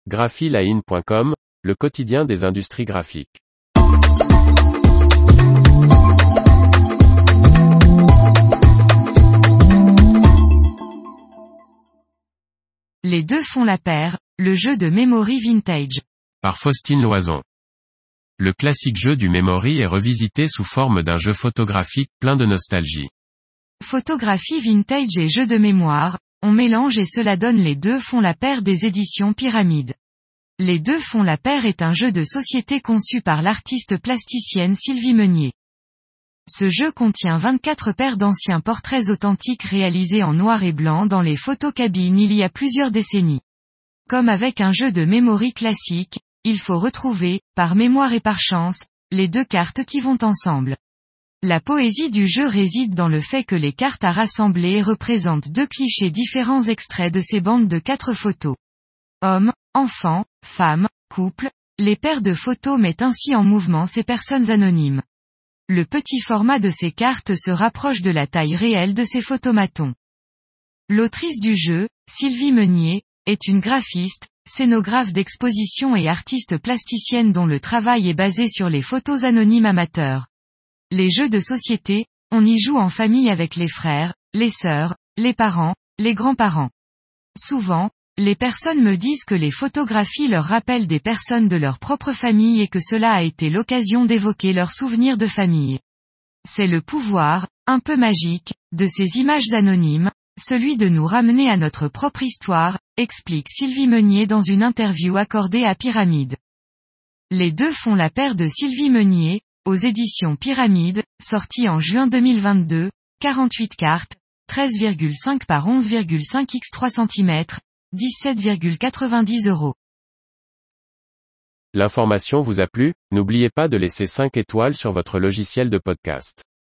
graphiline.com, le quotidien des industries graphiques. Les deux font la paire, le jeu de Memory Vintage. Par Faustine Loison. Le classique jeu du Memory est revisité sous forme d'un jeu photographique plein de nostalgie. Photographie vintage et jeu de mémoire, on mélange et cela donne Les deux font la paire des éditions Pyramide. Les deux font la paire est un jeu de société conçu par l'artiste plasticienne Sylvie Meunier. Ce jeu contient 24 paires d'anciens portraits authentiques réalisés en noir et blanc dans les photocabines il y a plusieurs décennies. Comme avec un jeu de Memory classique, il faut retrouver, par mémoire et par chance, les deux cartes qui vont ensemble. La poésie du jeu réside dans le fait que les cartes à rassembler représentent deux clichés différents extraits de ces bandes de 4 photos. Hommes, enfants, femmes, couples, les paires de photos mettent ainsi en mouvement ces personnes anonymes. Le petit format de ces cartes se rapproche de la taille réelle de ces photomatons. L'autrice du jeu, Sylvie Meunier, est une graphiste, scénographe d'exposition et artiste plasticienne dont le travail est basé sur les photos anonymes amateurs. Les jeux de société, on y joue en famille avec les frères, les sœurs, les parents, les grands-parents. Souvent, les personnes me disent que les photographies leur rappellent des personnes de leur propre famille et que cela a été l'occasion d'évoquer leurs souvenirs de famille. C'est le pouvoir, un peu magique, de ces images anonymes, celui de nous ramener à notre propre histoire, explique Sylvie Meunier dans une interview accordée à Pyramide. Les deux font la paire de Sylvie Meunier, aux éditions Pyramide, sortie en juin 2022, 48 cartes, 13,5 par 11,5 x 3 cm, 17,90 €. L'information vous a plu? N'oubliez pas de laisser 5 étoiles sur votre logiciel de podcast.